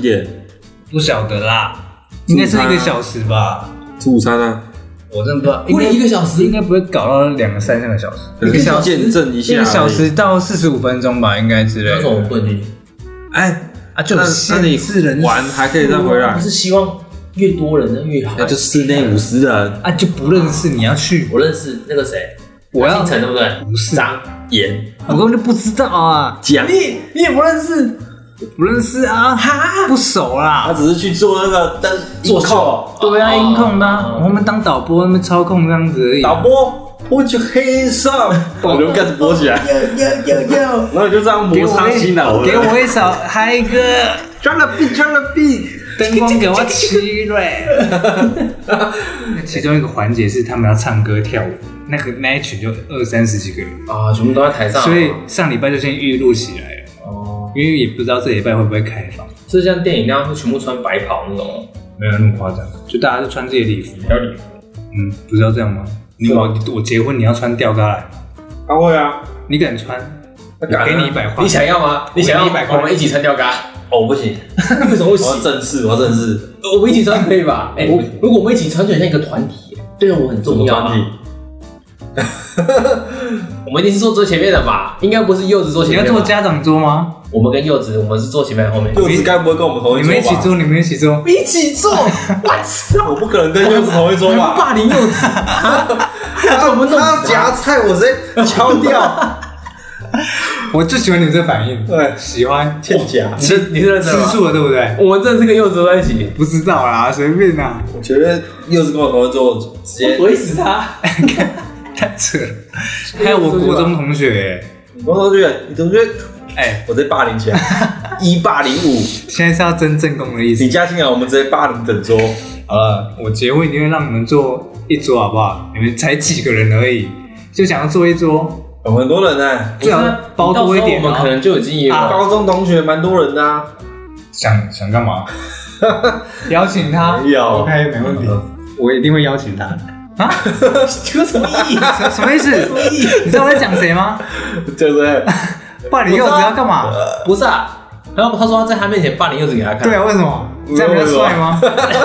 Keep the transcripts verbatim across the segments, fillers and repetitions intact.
点？ 不晓得啦，应该是一个小时吧。 吃午餐啊？ 我真的不知道， 为了一个小时， 应该不会搞到两个三三个小时， 一个小时见证一下， 一个小时到四十五分钟吧，应该之类的。 那种我不能进去。 哎啊，就那你玩还可以再回来。 不是希望越多人越好， 那就室内五十人啊，就不认识你要去。 我认识那个谁， 我要姓陈对不对？ 不是张严， 我根本就不知道啊。 讲你你也不认识。 不认识啊，哈，不熟啦。 他只是去做那个灯做控， 对啊，音控的、啊，我们当导播，那边操控这样子而已、啊。 导播，put your hands up， 我就开始播起来， 有有有有， 然后就这样摩擦洗脑， 给我一首嗨歌， 转了 B， 转了 B， 灯光给我起来。其中一个环节是他们要唱歌跳舞，那个那一群就二三十几个人啊，全部都在台上， 所以上礼拜就先预录起来了。因为也不知道这礼拜会不会开放， 是像电影那样会全部穿白袍那种， 没有那么夸张，就大家都穿自己的礼服， 还有礼服， 嗯，不是要这样吗？你我我结婚你要穿吊嘎来吗？ 他会啊， 你敢穿？我给你一百块， 你想要吗？你想要一百块， 我们一起穿吊嘎？ 哦，不行， 为什么不行？ 我要正式，我要正式， 我们一起穿可以吧？哎，如果我们一起穿，就很像一个团体，对我很重要啊。我们一定是坐最前面的吧？应该不是柚子坐前面。 你要坐家长桌吗？ 我们跟柚子，我们是坐前面后面。 柚子该不会跟我们同一桌吧？ 你们一起坐，你们一起坐， 一起坐。我操！ 我不可能跟柚子同一桌吧？ 霸凌柚子，他我们他夹菜，我直接敲掉。 我就喜欢你这反应， 对， 喜欢欠夹。 你是你是认真吃醋了对不对？ 我们真的是跟柚子在一起， 不知道啦，随便啦。 我觉得柚子跟我同一桌，直接怼死他。 太扯了！还有我国中同学， 国中同学，你同学， 哎， 我直接霸凌起来，一霸凌五。 现在是要争正宫的意思。 你加进来，我们直接霸凌整桌。 好了，我结婚一定会让你们坐一桌，好不好？你们才几个人而已，就想要坐一桌， 有很多人呢， 最好包多一点。 我们可能就已经有高中同学蛮多人的啊。 想想干嘛？邀请他没有 ，OK， 没问题，我一定会邀请他。啊？ 这个什么意义？ 什么意思？什么意义？你知道我在讲谁吗？ 就是霸凌柚子要干嘛？ 不是啊，然后他说他在他面前霸凌柚子给他看。 对啊，为什么？这样比较帅吗？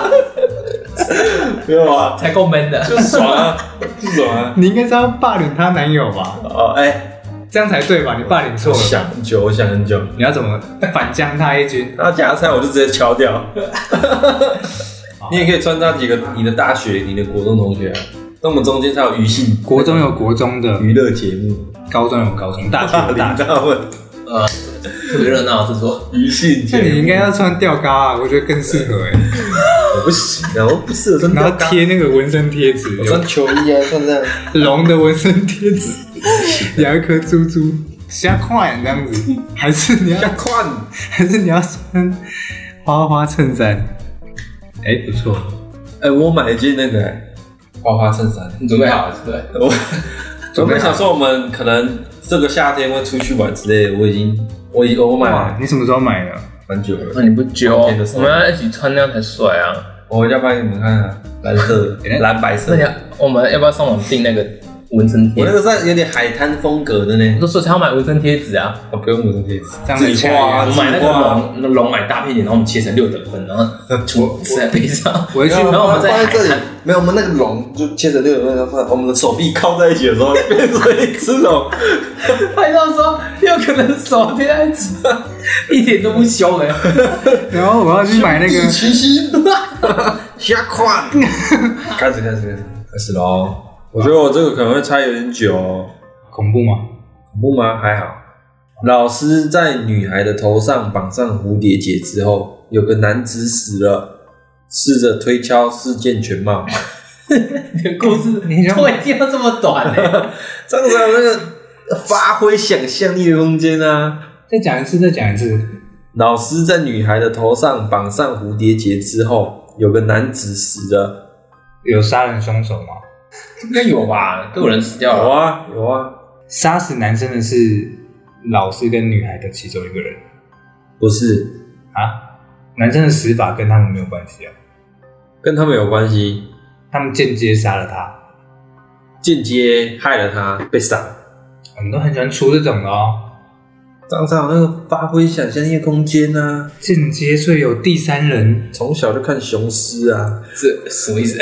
没有啊， 才够 man 的， 就爽啊，就爽啊。 你应该是要霸凌她男友吧？ 哦，哎， 这样才对吧？你霸凌错了。 想很久，我想很久， 你要怎么反将他一军？ 他夹菜我就直接敲掉。你也可以穿插几个你的大学、你的国中同学啊。那我们中间才有娱性， 国中有国中的娱乐节目， 高中有高中，大学有大学。 呃，特别热闹，这说娱性节目。 那你应该要穿吊嘎啊，我觉得更适合哎。 我不行啊，我不适合穿然后吊嘎。 贴那个纹身贴纸， 我穿球衣啊，穿这样。 龙的纹身贴纸，有一颗珠珠，瞎款这样子，还是你要瞎款， 还是你要穿花花衬衫？哎，不错。 哎，我买一件那个花花衬衫， 你准备好了是不是？ 我准备想说我们可能这个夏天会出去玩之类的，我已经我已我买了， 你什么时候买的？ 蛮久了。 那你不揪？我们要一起穿那样才帅啊！ 我回家拍给你们看啊，蓝色的、蓝白色的。那你我们要不要上网订那个纹身贴？ 我那个是有点海滩风格的呢。 都说才要买纹身贴纸啊！ 我不用纹身贴纸， 自己画。我买那个龙，那龙买大片点，然后我们切成六等份，然后涂在背上。 回去， 然后我们在这里，没有我们那个龙就切成六等份，然后我们的手臂靠在一起的时候变成一只龙。 拍照说有可能手贴在一起，一点都不凶哎。 然后我要去买那个七夕，瞎款。开始开始开始开始喽！我觉得我这个可能会猜有点久哦。 恐怖吗？ 恐怖吗？还好。老师在女孩的头上绑上蝴蝶结之后，有个男子死了，试着推敲事件全貌。 你的故事你都一定要这么短呢、欸？ 这样才有那个发挥想象力的空间啊！ 再讲一次，再讲一次。 老师在女孩的头上绑上蝴蝶结之后，有个男子死了。 有杀人凶手吗？ 应该有吧，都有人死掉了。 有啊，有啊。 杀死男生的是老师跟女孩的其中一个人， 不是啊？男生的死法跟他们没有关系啊？ 跟他们有关系。 他们间接杀了他， 间接害了他被杀。 我们都很喜欢出这种的哦。 这样才有那个发挥想象力的空间啊。 间接所以有第三人， 从小就看雄狮啊， 这什么意思？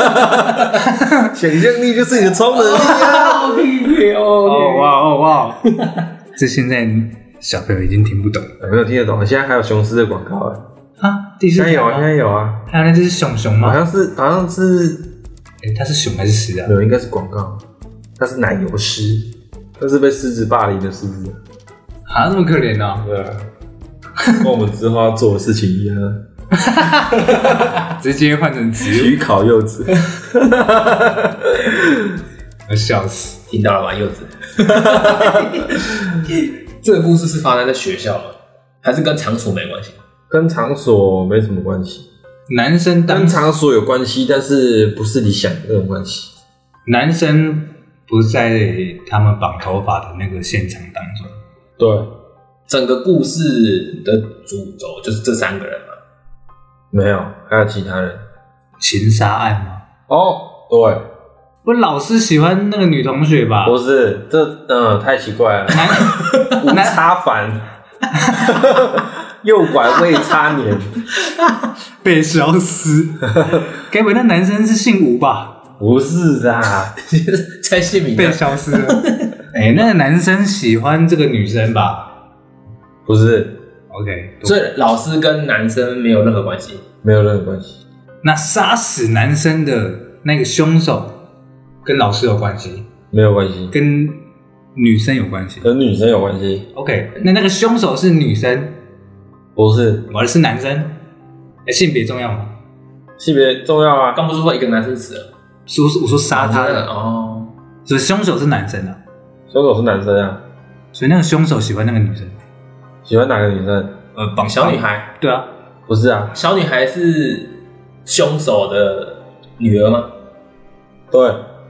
想象力就是你的超能力啊！ 好听哦！ 哦哇哦哇！这现在小朋友已经听不懂了有没有听得懂？现在还有雄狮的广告哎， 啊。第四现在有啊， 条吗现在有啊， 还有那只是熊熊吗？ 好像是好像是， 哎、它是熊还是狮啊没？有，应该是广告，它是奶油狮，那是被狮子霸凌的狮子。 啊，这么可怜哦！ 对啊，跟我们之后要做的事情一样啊， 直接换成植物， 取烤柚子。 我笑死！ 听到了吗，柚子？这个故事是发生在学校吗？还是跟场所没关系？ 跟场所没什么关系， 男生当跟场所有关系，但是不是你想的那种关系。 男生不在他们绑头发的那个现场当中， 对， 整个故事的主轴就是这三个人嘛。 没有，还有其他人。 情杀案吗？ 哦，对， 不，老师喜欢那个女同学吧？ 不是，这嗯太奇怪了， 男无差凡，诱拐未差年， 被消失，该不会那男生是姓吴吧？ 不是啊， 猜姓名被消失了。哎、欸，那个男生喜欢这个女生吧不是， ？OK， 所以老师跟男生没有任何关系。 没有任何关系， 那杀死男生的那个凶手跟老师有关系， 没有关系， 跟女生有关系。 跟女生有关系， OK， 那那个凶手是女生， 不是， 我的是男生，欸、性别重要吗？ 性别重要啊， 刚不是说一个男生死了？ 说我说杀他的， 哦， 所以凶手是男生啊， 凶手是男生啊， 所以那个凶手喜欢那个女生。 喜欢哪个女生？ 呃，绑小女孩。 对啊， 不是啊， 小女孩是凶手的女儿吗？ 对，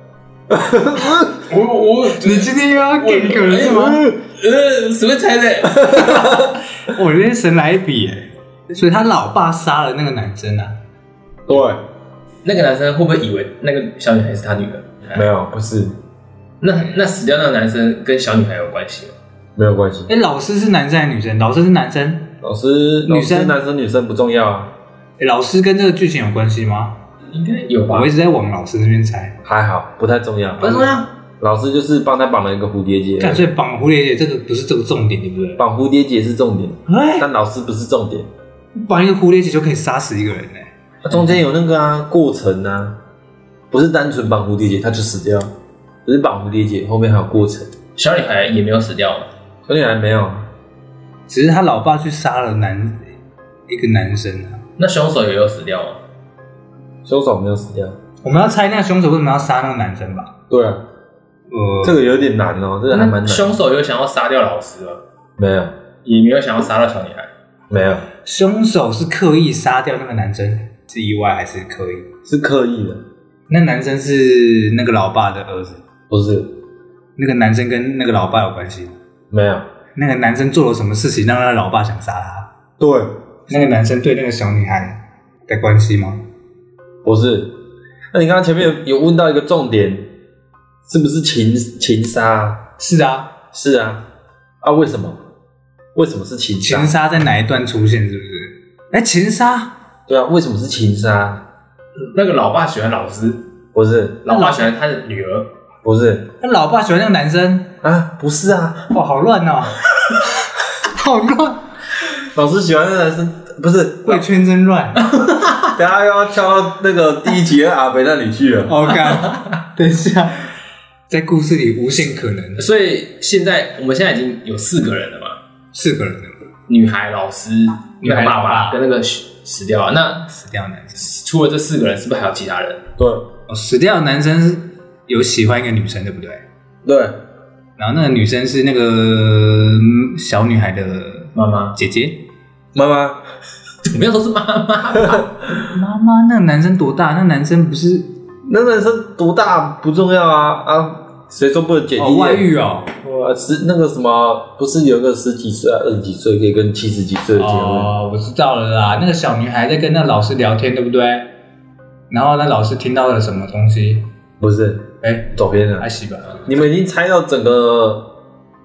我我你今天又要 gank 了是吗？ 呃，谁会猜的？ 我这些神来笔哎，所以他老爸杀了那个男生啊。 对， 那个男生会不会以为那个小女孩是他女儿？ 没有，不是， 那那死掉那个男生跟小女孩有关系吗？ 没有关系。 哎、欸，老师是男生还是女生？老师是男生。 老师， 女生老师男生女生不重要啊， 哎、欸，老师跟这个剧情有关系吗？ 应该有吧我一。直在往老师那边猜。 还好，不太重要。 不重要。 老师就是帮他绑了一个蝴蝶结， 干，所以绑蝴蝶结这个不是这个重点，对不对？ 绑蝴蝶结是重点， 哎， 但老师不是重点。 绑一个蝴蝶结就可以杀死一个人呢、 它中间有那个啊过程啊，不是单纯绑蝴蝶结他就死掉，只是绑蝴蝶结后面还有过程。 小女孩也没有死掉吗？ 小女孩没有， 只是他老爸去杀了男一个男生啊。 那凶手也有死掉吗？ 凶手没有死掉。 我们要猜那个凶手为什么要杀那个男生吧？ 对啊， 呃， 这个有点难哦，这个还蛮难。 凶手有想要杀掉老师吗？ 没有， 也没有想要杀到小女孩。 没有， 凶手是刻意杀掉那个男生，是意外还是刻意？ 是刻意的， 那男生是那个老爸的儿子， 不是， 那个男生跟那个老爸有关系吗？ 没有， 那个男生做了什么事情让他老爸想杀他？ 对， 那个男生对那个小女孩的关系吗？ 不是。那你刚刚前面有有问到一个重点，是不是情情杀？ 是啊， 是啊，啊，为什么？为什么是情杀？ 情杀在哪一段出现？是不是？哎、欸，情杀？ 对啊，为什么是情杀？ 那个老爸喜欢老师， 不是， 老爸喜欢他的女儿， 不是， 那老爸喜欢那个男生啊，不是啊， 哇，好乱哦，好乱， 老师喜欢的男生不是贵圈真乱。 等下又要跳到那个第一集的阿北那里去了。 OK， 等一下，在故事里无限可能， 所以现在我们现在已经有四个人了嘛， 四个人了， 女孩、老师、 女孩爸老爸爸跟那个死掉了。那死掉的男生， 除了这四个人，是不是还有其他人？ 对哦，死掉的男生有喜欢一个女生，对不对？ 对， 然后那个女生是那个嗯小女孩的妈妈， 姐姐， 妈妈， 没有都是妈妈吧。 妈妈。那个男生多大？那男生不是那男生多大不重要啊啊，谁说不能姐弟哦恋？ 外遇哦？ 哇，十那个什么，不是有个十几岁、二十几岁可以跟七十几岁的结婚？ 哦，我知道了啦。那个小女孩在跟那老师聊天，对不对？然后那老师听到了什么东西？ 不是， 哎， 走偏了还。洗吧。 你们已经猜到整个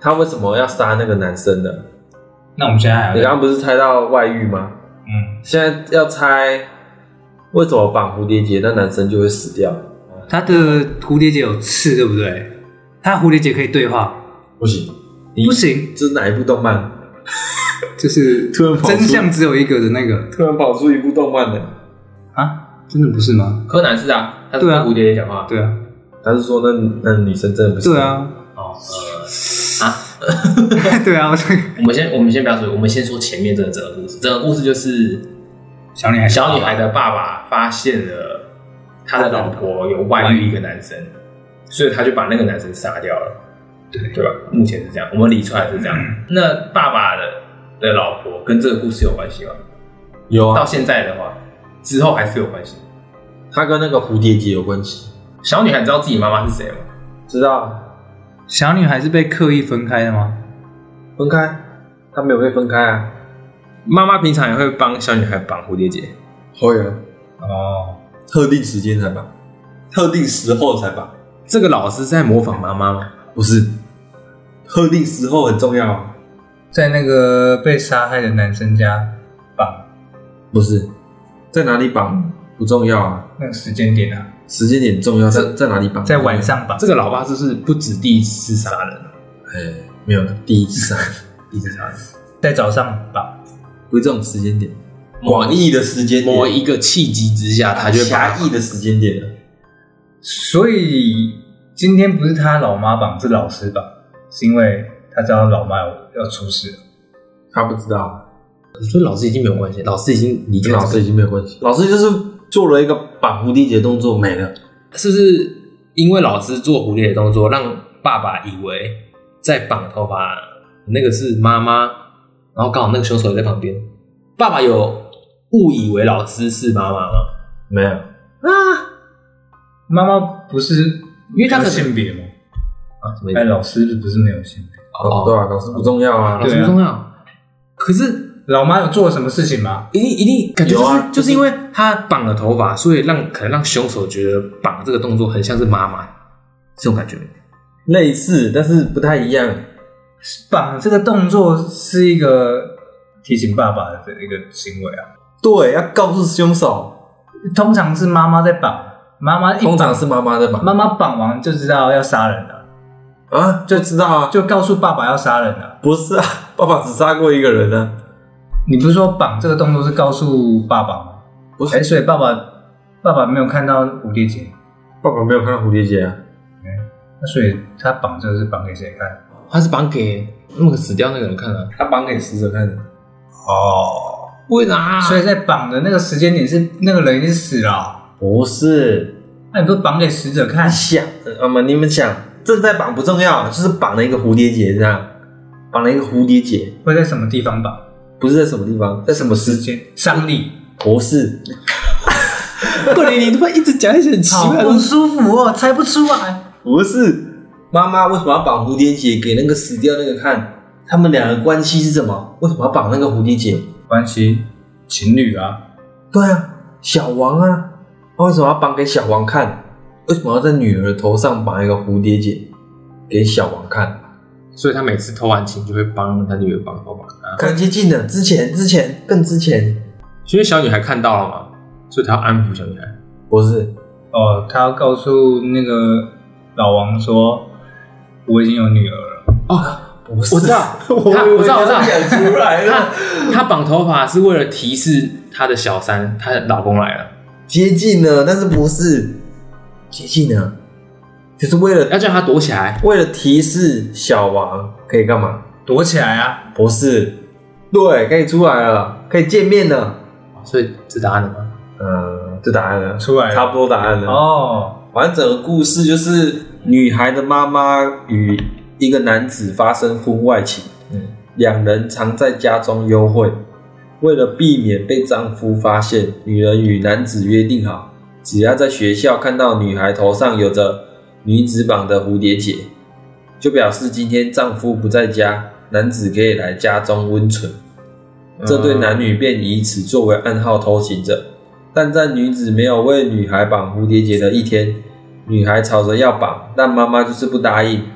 他为什么要杀那个男生呢？ 那我们现在还你刚刚不是猜到外遇吗？ 嗯， 现在要猜为什么绑蝴蝶结，那男生就会死掉？ 他的蝴蝶结有刺，对不对？他蝴蝶结可以对话， 不行，你不行， 这是哪一部动漫？ 就是突然跑出真相只有一个的那个突然跑出一部动漫的， 啊，真的不是吗？ 柯南是啊，他是对啊跟蝴蝶结讲话。 对啊， 他是说那那女生真的不是？ 对，啊， 哦，呃啊， 对啊，我这个我们先我们先不要说，我们先说前面这个整个故事。整个故事就是小女孩， 小女孩的爸爸发现了他的老婆有外遇一个男生，所以他就把那个男生杀掉了， 对对吧？目前是这样，我们理出来是这样。那爸爸的的老婆跟这个故事有关系吗？到有啊， 现在的话，之后还是有关系。 他跟那个蝴蝶结有关系。 小女孩知道自己妈妈是谁吗？ 知道， 小女孩是被刻意分开的吗？ 分开，他没有被分开啊。 妈妈平常也会帮小女孩绑蝴蝶结。 会啊， 哦， 特定时间才绑，特定时候才绑， 这个老师是在模仿妈妈吗？ 不是，特定时候很重要啊。 在那个被杀害的男生家绑不是，在哪里绑不重要啊， 那个时间点啊， 时间点重要，在在哪里绑？ 在晚。上绑。 这个老爸就是不止第一次杀人， 哎，没有，第一次杀，第一次杀人， 在早上绑， 不是这种时间点，广义的时间点， 某一个契机之下，他就会把狭义的时间点了。 所以今天不是他老妈绑，是老师绑，是因为他知道老妈要出事了。 他不知道， 所以老师已经没有关系，老师已经离开这个跟老师已经没有关系，老师就是做了一个绑蝴蝶结动作没了。 是不是因为老师做蝴蝶的动作，让爸爸以为在绑头发那个是妈妈，然后刚好那个凶手也在旁边，爸爸有误以为老师是妈妈吗？ 没有， 啊， 妈妈不是因为他的没有性别吗？ 啊，什么意思？ 哎，老师不是没有性别， 哦，对啊，老师不重要啊老。师不重要，可是老妈有做什么事情吗？ 一定一定感觉就是、 有啊就是因为他绑了头发，所以让可能让凶手觉得绑这个动作很像是妈妈这种感觉。 类似，但是不太一样。 绑这个动作是一个提醒爸爸的一个行为啊。 对，要告诉凶手， 通常是妈妈在绑，妈妈一绑通常是妈妈在绑妈妈绑完就知道要杀人了， 啊，就知道啊， 就告诉爸爸要杀人了。 不是啊，爸爸只杀过一个人啊， 你不是说绑这个动作是告诉爸爸吗？ 不是哎，所以爸爸爸爸没有看到蝴蝶结， 爸爸没有看到蝴蝶结啊。 那所以他绑这个是绑给谁看？ 他是绑给那个死掉那个人看的、啊， 他绑给死者看的。 哦， 为啥？ 所以在绑的那个时间点是那个人已经死了哦、 不是， 那你不是绑给死者看？ 想，啊嘛，你们想，正在绑不重要，就是绑了一个蝴蝶结这样，绑了一个蝴蝶结， 会在什么地方绑？ 不是在什么地方，在什么时间？ 时间？丧礼？ 不是， 过年你他妈一直讲一些很奇好怪的不舒服哦，猜不出来。 不是。妈妈为什么要绑蝴蝶结给那个死掉那个看？他们两个关系是什么？为什么要绑那个蝴蝶结？ 关系情侣啊， 对啊，小王啊，他为什么要绑给小王看？为什么要在女儿头上绑一个蝴蝶结给小王看？ 所以他每次偷完情就会帮他女儿绑头发啊。 更接近了，之前之前更之前， 因为小女孩看到了嘛，所以他要安抚小女孩。 不是， 哦，他要告诉那个老王说，我已经有女儿了。 哦， 不是， 我知道， 我他我知道，我知道， 讲出来了， 他他绑头发是为了提示他的小三，她的老公来了， 接近了，但是不是接近了，就是为了要叫他躲起来。 为了提示小王可以干嘛？ 躲起来啊！ 不是，对，可以出来了，可以见面了。 所以这答案了吗？ 嗯，这答案了， 出来了差不多答案了。 哦， 反正整个故事就是女孩的妈妈与一个男子发生婚外情， 嗯， 两人常在家中幽会。为了避免被丈夫发现，女人与男子约定好，只要在学校看到女孩头上有着女子绑的蝴蝶结，就表示今天丈夫不在家，男子可以来家中温存。这对男女便以此作为暗号偷情着。但在女子没有为女孩绑蝴蝶结的一天，女孩吵着要绑，但妈妈就是不答应。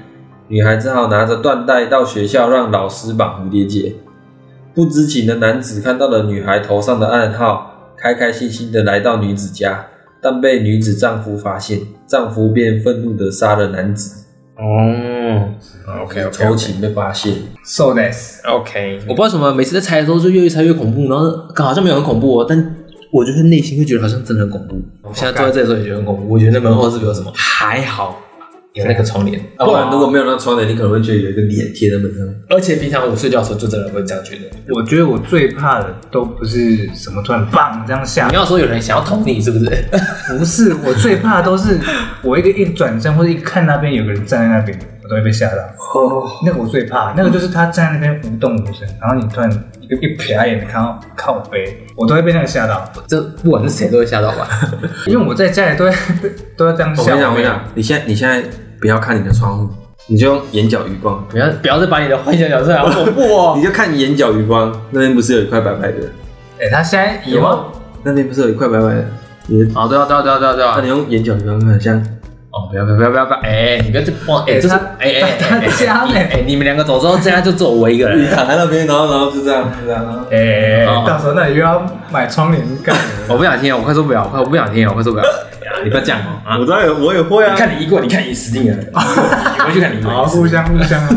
女孩只好拿着缎带到学校让老师绑蝴蝶结。不知情的男子看到了女孩头上的暗号，开开心心的来到女子家，但被女子丈夫发现，丈夫便愤怒的杀了男子。 哦 ，OK OK， 偷情被发现。 So this OK， 我不知道为什么每次在猜的时候就越猜越恐怖，然后好像没有很恐怖哦，但我就会内心会觉得好像真的很恐怖。我现在坐在这里的时候也觉得很恐怖，我觉得那门后是不是有什么？还好有那个窗帘， 不然如果没有那窗帘，你可能会觉得有一个脸贴在门上。 而且平常我睡觉的时候就真的会这样觉得。 我觉得我最怕的都不是什么突然棒这样下你，要说有人想要捅你是不是？ 不是，我最怕的都是我一个一转身或者一看那边有个人站在那边，我都会被吓到。 哦， 那个我最怕，那个就是他站在那边无动无声，然后你突然一个一瞥眼看到靠背，我都会被那个吓到。 这不管是谁都会吓到吧？ 因为我在家里都会都要这样吓。 我跟你讲，我跟你讲，你现在你现在不要看你的窗户，你就用眼角余光， 不要不要再把你的幻想讲出来，好恐怖哦！ 你就看眼角余光，那边不是有一块白白的？ 哎、欸，他现在有吗？ 那边不是有一块白白的？你哦，对啊，对啊，对啊，对啊，对啊那你。用眼角余光看，像哦，不要不要不要不要不要！哎，你不要再帮哎，这是他哎哎他哎家呢？ 哎，你们两个走之后，这样就只有我一个你人。 躺在那边，然后然后就这样，就这样。然后哎、欸哦到时候那你又要买窗帘干了。 我不想听，我快说不要，我快我不想听，我快说不要。你不要这样哦啊！ 我知道有，我也会啊。 你看你一过，你看你死定了。你回去看你一过。 好，互相互相，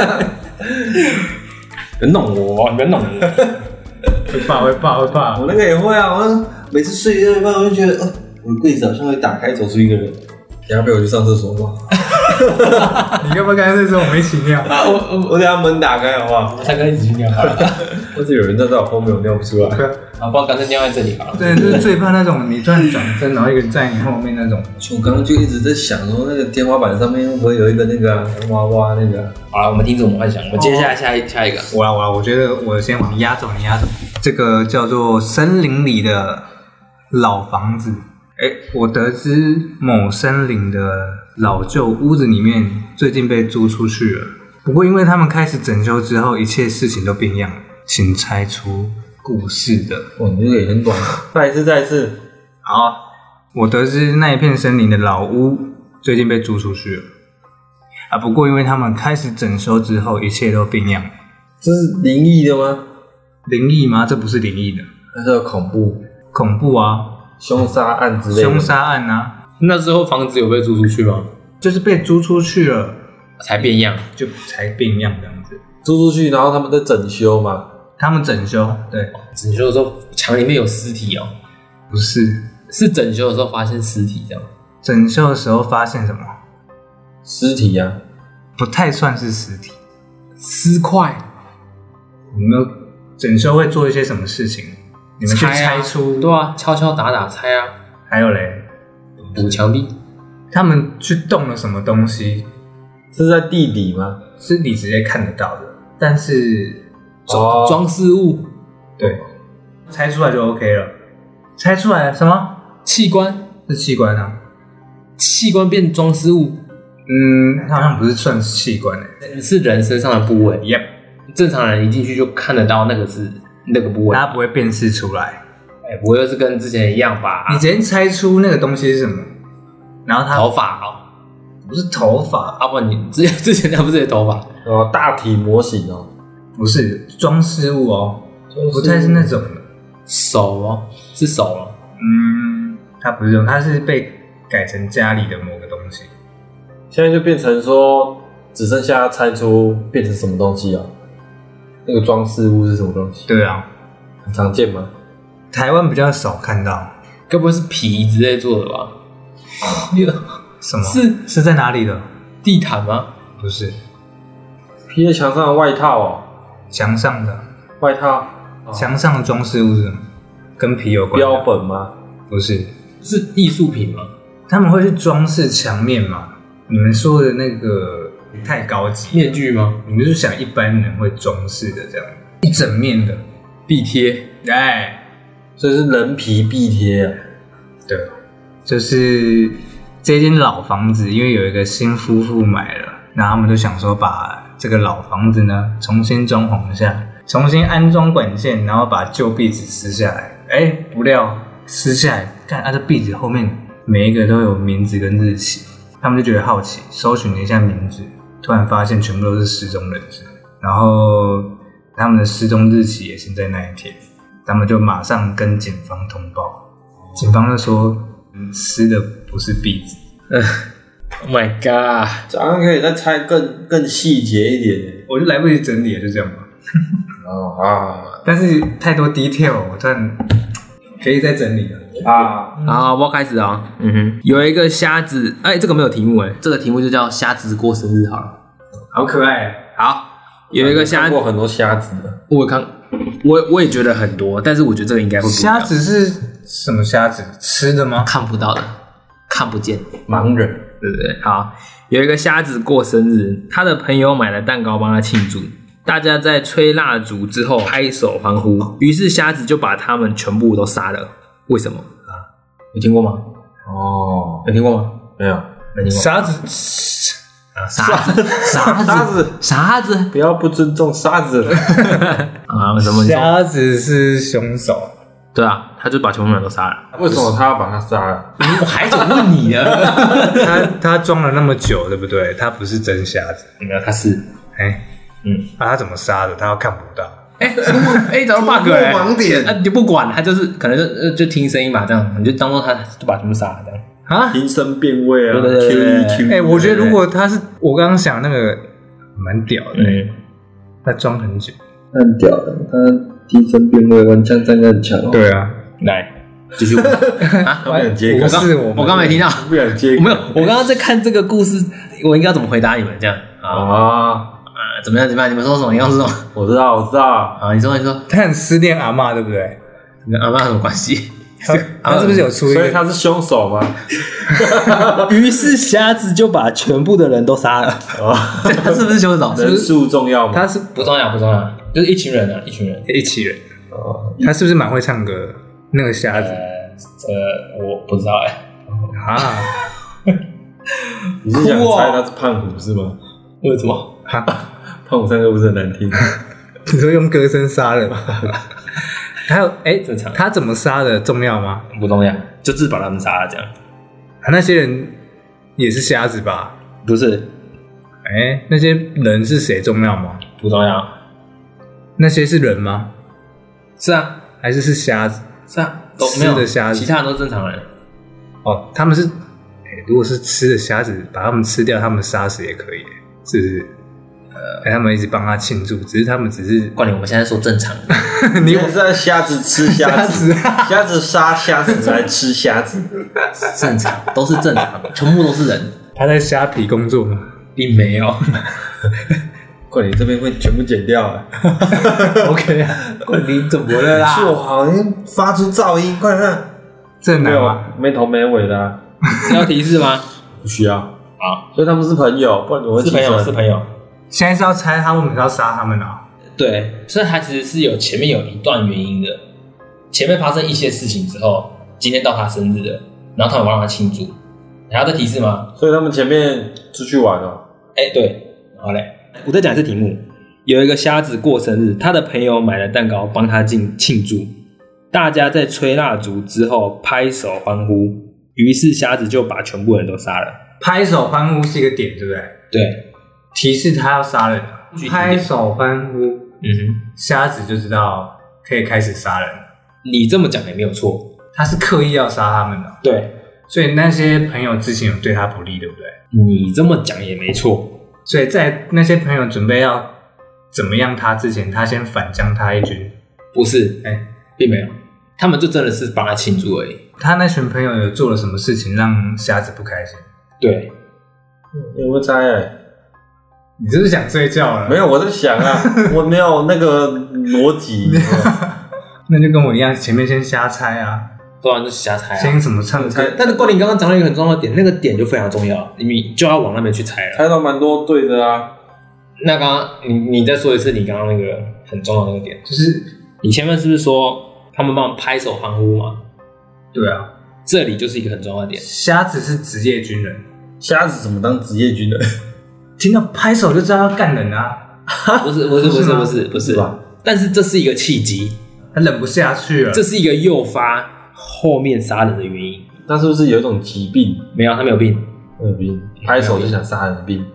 别弄我，你别弄我。 会怕会怕会怕。 我那个也会啊，我每次睡到一半，我就觉得，哦，我的柜子好像会打开，走出一个人。等下陪我去上厕所吧。 你要不要刚才在说我们一起尿？ 啊，我我我等下门打开好不好？ 三个一起去尿好了。 或者有人站在我后面，我尿不出来。 啊，不然干脆尿在这里好了。 对，就是最怕那种你突然转身，然后一个人在你后面那种。 我刚刚就一直在想说，那个天花板上面会不会有一个那个洋娃娃那个？ 好了，我们停止我们幻想，我们接下来下一下一个。 我啊我啊，我觉得我先往压走，你压走。这个叫做森林里的老房子。哎，我得知某森林的老旧屋子里面最近被租出去了。不过因为他们开始整修之后，一切事情都变样了。请猜出故事的。 哇，你这个也很短。再一次，再一次。 好，我得知那一片森林的老屋最近被租出去了。啊，不过因为他们开始整修之后，一切都变样了。 这是灵异的吗？ 灵异吗？这不是灵异的， 还是有恐怖、 恐怖啊， 凶杀案之类的？ 凶杀案啊， 那之后房子有被租出去吗？ 就是被租出去了， 才变样。 就才变样这样子。 租出去，然后他们在整修嘛？ 他们整修，对， 整修的时候墙里面有尸体哦， 不是是整修的时候发现尸体这样。 整修的时候发现什么？ 尸体啊？ 不太算是尸体。 尸块。 你们整修会做一些什么事情？你们去猜出？ 对啊，敲敲打打猜啊。 还有嘞， 补墙壁。 他们去动了什么东西？ 是在地底吗？ 是你直接看得到的，但是哦装饰物。 对，猜出来就 OK 了。猜出来什么？ 器官。 是器官啊。 器官变装饰物。 嗯，它好像不是算是器官诶、 是人身上的部位。 Yep， 正常人一进去就看得到那个是那个部位。 它不会辨识出来。 哎，不会又是跟之前一样吧？ 你直接猜出那个东西是什么，然后它头发哦。 不是头发， 啊不，你之前之前那不是有头发？ 哦，大体模型哦， 不是装饰物哦，不太是那种的。 手哦，是手哦。 嗯，它不是这种，它是被改成家里的某个东西。 现在就变成说，只剩下猜出变成什么东西啊？那个装饰物是什么东西？ 对啊， 很常见吗？ 台湾比较少看到。 该不会是皮之类做的吧？ 什么？ 是是在哪里的？ 地毯吗？ 不是， 披在墙上的外套哦， 墙上的外套， 墙上的装饰物是什么？跟皮有关的？ 标本吗？ 不是， 是艺术品吗？ 他们会去装饰墙面吗？你们说的那个太高级， 面具吗？ 你们就想一般人会装饰的这样，一整面的， 壁贴。 哎， 所以是人皮壁贴啊。 对，就是这间老房子，因为有一个新夫妇买了，那他们就想说把这个老房子呢重新装潢一下，重新安装管线，然后把旧壁纸撕下来。哎，不料撕下来，看啊，这壁纸后面每一个都有名字跟日期，他们就觉得好奇，搜寻了一下名字， 突然发现全部都是失踪人士，然后他们的失踪日期也是在那一天，他们就马上跟警方通报，警方就说撕的不是壁纸。 Oh my god！ 这样可以再猜更更细节一点。 我就来不及整理了，就这样吧。 哦啊， 但是太多 detail， 我突然可以再整理了啊。 好，我开始啊。嗯哼，有一个瞎子，哎、欸，这个没有题目哎，这个题目就叫瞎子过生日好了。 好可爱。 好，有一个瞎子， 看过很多瞎子的， 我有看，我我也觉得很多，但是我觉得这个应该会不一样。 瞎子是什么瞎子？吃的吗？ 看不到的，看不见， 盲人。 对不对？好，有一个瞎子过生日，他的朋友买了蛋糕帮他庆祝，大家在吹蜡烛之后拍手欢呼，于是瞎子就把他们全部都杀了。为什么啊？有听过吗？ 哦， 有听过吗？ 没有， 没听过。 沙子， 傻子，傻子， 沙子， 傻子， 不要不尊重沙子啊！什么？ 瞎子是凶手。 对啊，他就把全部人都杀了。 为什么他要把他杀了？ 我还想问你呢。 他他装了那么久，对不对？他不是真瞎子。 没有，他是。 哎、欸，嗯，啊，他怎么杀的？他又看不到。 哎、欸，哎、欸，找到 bug 了、欸。 盲点。 啊，你就不管他，就是可能就就听声音嘛，这样你就当做他就把全部杀了这样。 啊， 听声辨位啊。 对对对对。 哎、欸，我觉得如果他是我刚刚想那个蛮屌的、欸， 嗯， 他装很久， 很屌的，他。听声辨位，玩枪战很强哦。 对啊， 来继续问啊！ 不想接， 不是我， 我刚没听到， 不想接。 没有，我刚刚在看这个故事，我应该怎么回答你们这样啊？ 啊， 怎么样？怎么样？你们说什么？你刚说什么？ 我知道，我知道。 啊，你说，你说， 他很思念阿嬷，对不对？ 跟阿嬷有什么关系？ 他, 他是不是有出一个？ 所以他是凶手吗？ 于是瞎子就把全部的人都杀了。哦，他是不是凶手？ 人数重要吗？ 他是不重要，不重要，就是一群人啊，一群人， 一起人。哦，他是不是蛮会唱歌的？那个瞎子？ 呃，呃我不知道哎、 欸。啊， 你是想猜他是胖虎是吗？ 为什么？ 胖虎唱歌不是很难听？ 你说用歌声杀人吗？还有，哎、欸， 正常。 他怎么杀的重要吗？ 不重要，就只把他们杀了这样。 啊，那些人也是瞎子吧？ 不是。 哎、欸，那些人是谁重要吗？ 不重要。 那些是人吗？ 是啊， 还是是瞎子？ 是啊，都没有吃的瞎子， 其他人都正常人。 哦，他们是，欸、如果是吃的瞎子，把他们吃掉，他们杀死也可以，是不是？呃，欸、他们一直帮他庆祝，只是他们只是…… 关你，我们现在说正常。 你是在瞎子吃瞎子，瞎子杀瞎子来吃瞎子， 正常，都是正常，全部都是人。 他在虾皮工作吗？ 并没有。 快点，这边会全部剪掉了。 OK 啊， 快点，怎么了啦？ 做好，发出噪音，快看。 这没有没头没尾的、啊。 需要提示吗？ 不需要。 好， 所以他们是朋友，不然怎么会是朋友？是朋友。 现在是要猜他为什么要杀他们呢、啊？ 对，所以他其实是有前面有一段原因的。前面发生一些事情之后，今天到他生日了，然后他们帮他庆祝。还要再提示吗？ 所以他们前面出去玩了。 哎、欸，对，好嘞。我再讲一次题目：有一个瞎子过生日，他的朋友买了蛋糕帮他庆庆祝，大家在吹蜡烛之后拍手欢呼，于是瞎子就把全部人都杀了。 拍手欢呼是一个点，对不对？ 对， 提示他要杀人，拍手欢呼， 嗯哼， 瞎子就知道可以开始杀人。 你这么讲也没有错， 他是刻意要杀他们的。 对， 所以那些朋友之前有对他不利，对不对？ 你这么讲也没错。 所以在那些朋友准备要怎么样他之前，他先反将他一军。 不是， 哎、欸， 并没有，他们就真的是帮他庆祝而已。 他那群朋友有做了什么事情让瞎子不开心？ 对， 有没有猜、欸？ 你是不是想睡觉了？ 没有，我在想啊，我没有那个逻辑。 那就跟我一样，前面先瞎猜啊。 不然就瞎猜啊。 先怎么唱猜？但是冠霖刚刚讲了一个很重要的点，那个点就非常重要，你就要往那边去猜了。 猜到蛮多对的啊。 那刚刚你你再说一次，你刚刚那个很重要的那个点， 就是你前面是不是说他们帮我拍手欢呼嘛？ 对啊， 这里就是一个很重要的点。 瞎子是职业军人， 瞎子怎么当职业军人？ 听到拍手就知道要干人啊！ 不是不是不是不是不是吧？ 但是这是一个契机， 他忍不下去了， 这是一个诱发后面杀人的原因。 那是不是有一种疾病？ 没有，他没有病， 没有病，拍手就想杀人的病。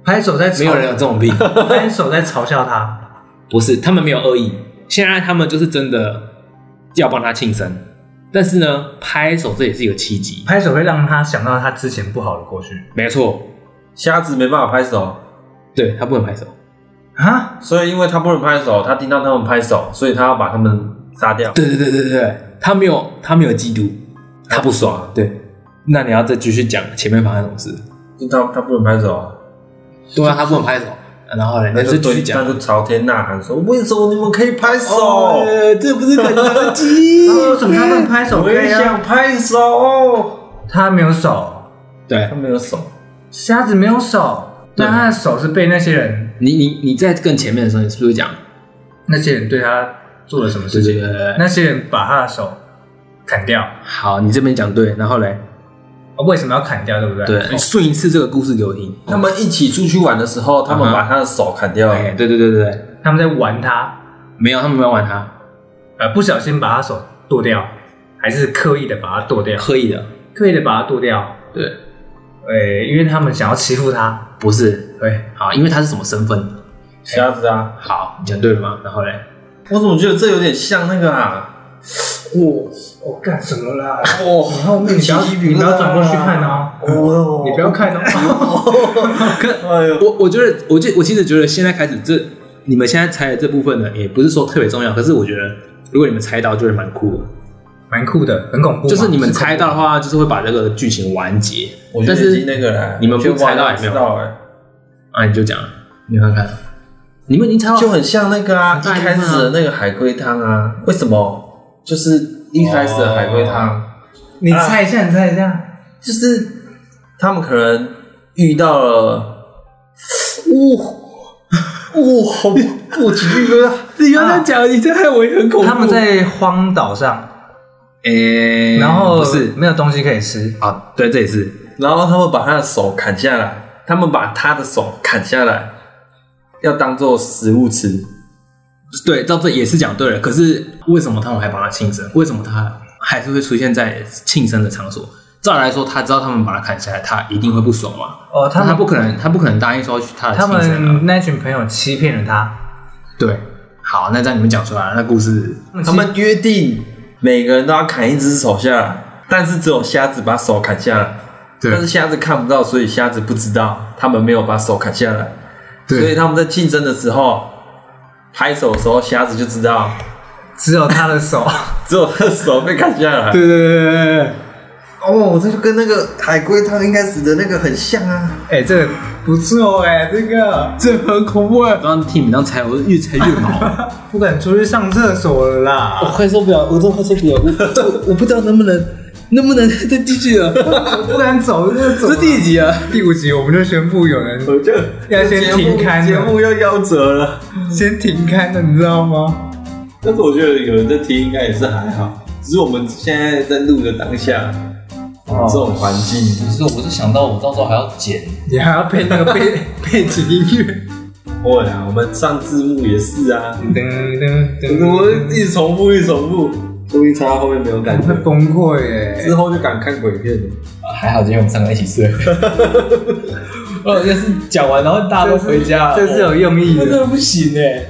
拍手在嘲没有人有这种病。 拍手在嘲笑他。 不是，他们没有恶意，现在他们就是真的要帮他庆生，但是呢，拍手这也是一个契机。 拍手会让他想到他之前不好的过去。 没错， 瞎子没办法拍手对他不能拍手。 啊， 所以因为他不能拍手，他听到他们拍手，所以他要把他们杀掉。 对对对对对，他没有他没有嫉妒，他不爽。对，那你要再继续讲前面发生什么事？ 就他他不能拍手啊， 对啊，他不能拍手，然后呢， 那就你就继续讲。 他就朝天呐喊说：“为什么你们可以拍手？ 哦，这不是肯德基？ 为什么他们拍手可我也以啊？ 想拍手。 他没有手， 对他没有手， 瞎子没有手，那他的手是被那些人， 你你你在更前面的时候，你是不是讲？ 那些人对他做了什么事情？ 对对对对。 那些人把他的手砍掉， 好，你这边讲对，然后嘞， 哦为什么要砍掉？对不对？ 对，你顺一次这个故事给我听。 他们一起出去玩的时候，他们把他的手砍掉了。 哎，对对对对对， 他们在玩他， 没有，他们没有玩他， 呃，不小心把他手剁掉，还是刻意的把他剁掉？ 刻意的。 刻意的把他剁掉， 对， 呃，因为他们想要欺负他。 不是。 对， 好，因为他是什么身份？ 瞎子啊！ 好，你讲对了吗？然后嘞， 我怎么觉得这有点像那个啊？ 我我干什么啦？ 哦， 你后面你不要你不要转过去看哦， 哦， 你不要看哦。 哎呦， 我我觉得，我就我其实觉得现在开始这你们现在猜的这部分呢，也不是说特别重要，可是我觉得如果你们猜到，就会蛮酷的。 蛮酷的，很恐怖嘛。 就是你们猜到的话，就是会把这个剧情完结。 我觉但是得已经那个了， 你们不猜到也没有知道哎， 啊，你就讲，你看看，你们已经猜到就很像那个啊，一很大一部分啊开始的那个海龟汤啊，为什么？就是一开始的海龟汤， 你猜一下，你猜一下。 就是他们可能遇到了，哇哇，好我起鸡皮疙瘩。 你刚才讲，你这害我也很恐怖。 他们在荒岛上， 诶， 然后不是没有东西可以吃， 啊，对，这也是然后他们把他的手砍下来，他们把他的手砍下来，要当做食物吃。 对，到这也是讲对了。可是为什么他们还帮他庆生？为什么他还是会出现在庆生的场所？照理来说，他知道他们把他砍下来，他一定会不爽嘛。 哦，他他们不可能，他不可能答应说去他的他庆生啊。 们那群朋友欺骗了他， 对，好，那这样你们讲出来了，那故事他们约定每个人都要砍一只手下来，但是只有瞎子把手砍下来。 对但是瞎子看不到，所以瞎子不知道他们没有把手砍下来。 对所以他们在庆生的时候拍手的时候，瞎子就知道只有他的手。 只有他的手被砍下来。 对对对对对， 哦，这就跟那个海龟汤一开始的那个很像啊。 哎，这个不错哎，这个这很恐怖哎！刚刚听你们这样猜，我越猜越毛。 不敢出去上厕所了啦。 我快受不了，我真的快受不了，我我我不知道能不能能不能再继续了。 我不敢走，这走。 这是第几集啊？ 第五集我们就宣布有人我就要先停刊了节目要夭折了。 先停刊了，你知道吗？ 但是我觉得有人在听应该也是还好，只是我们现在在录的当下，这种环境， 其实我是想到我到时候还要剪， 你还要配那个背背景音乐。 会啊，我们上字幕也是啊， 噔噔噔， 我一直重复，一直重复，注意插后面没有感觉， 会崩溃耶！ 之后就敢看鬼片了。 还好今天我们三个一起睡。哦，要是讲完然后大家都回家， 这是有用意的。 那真的不行哎。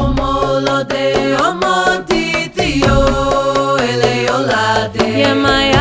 Yeah, my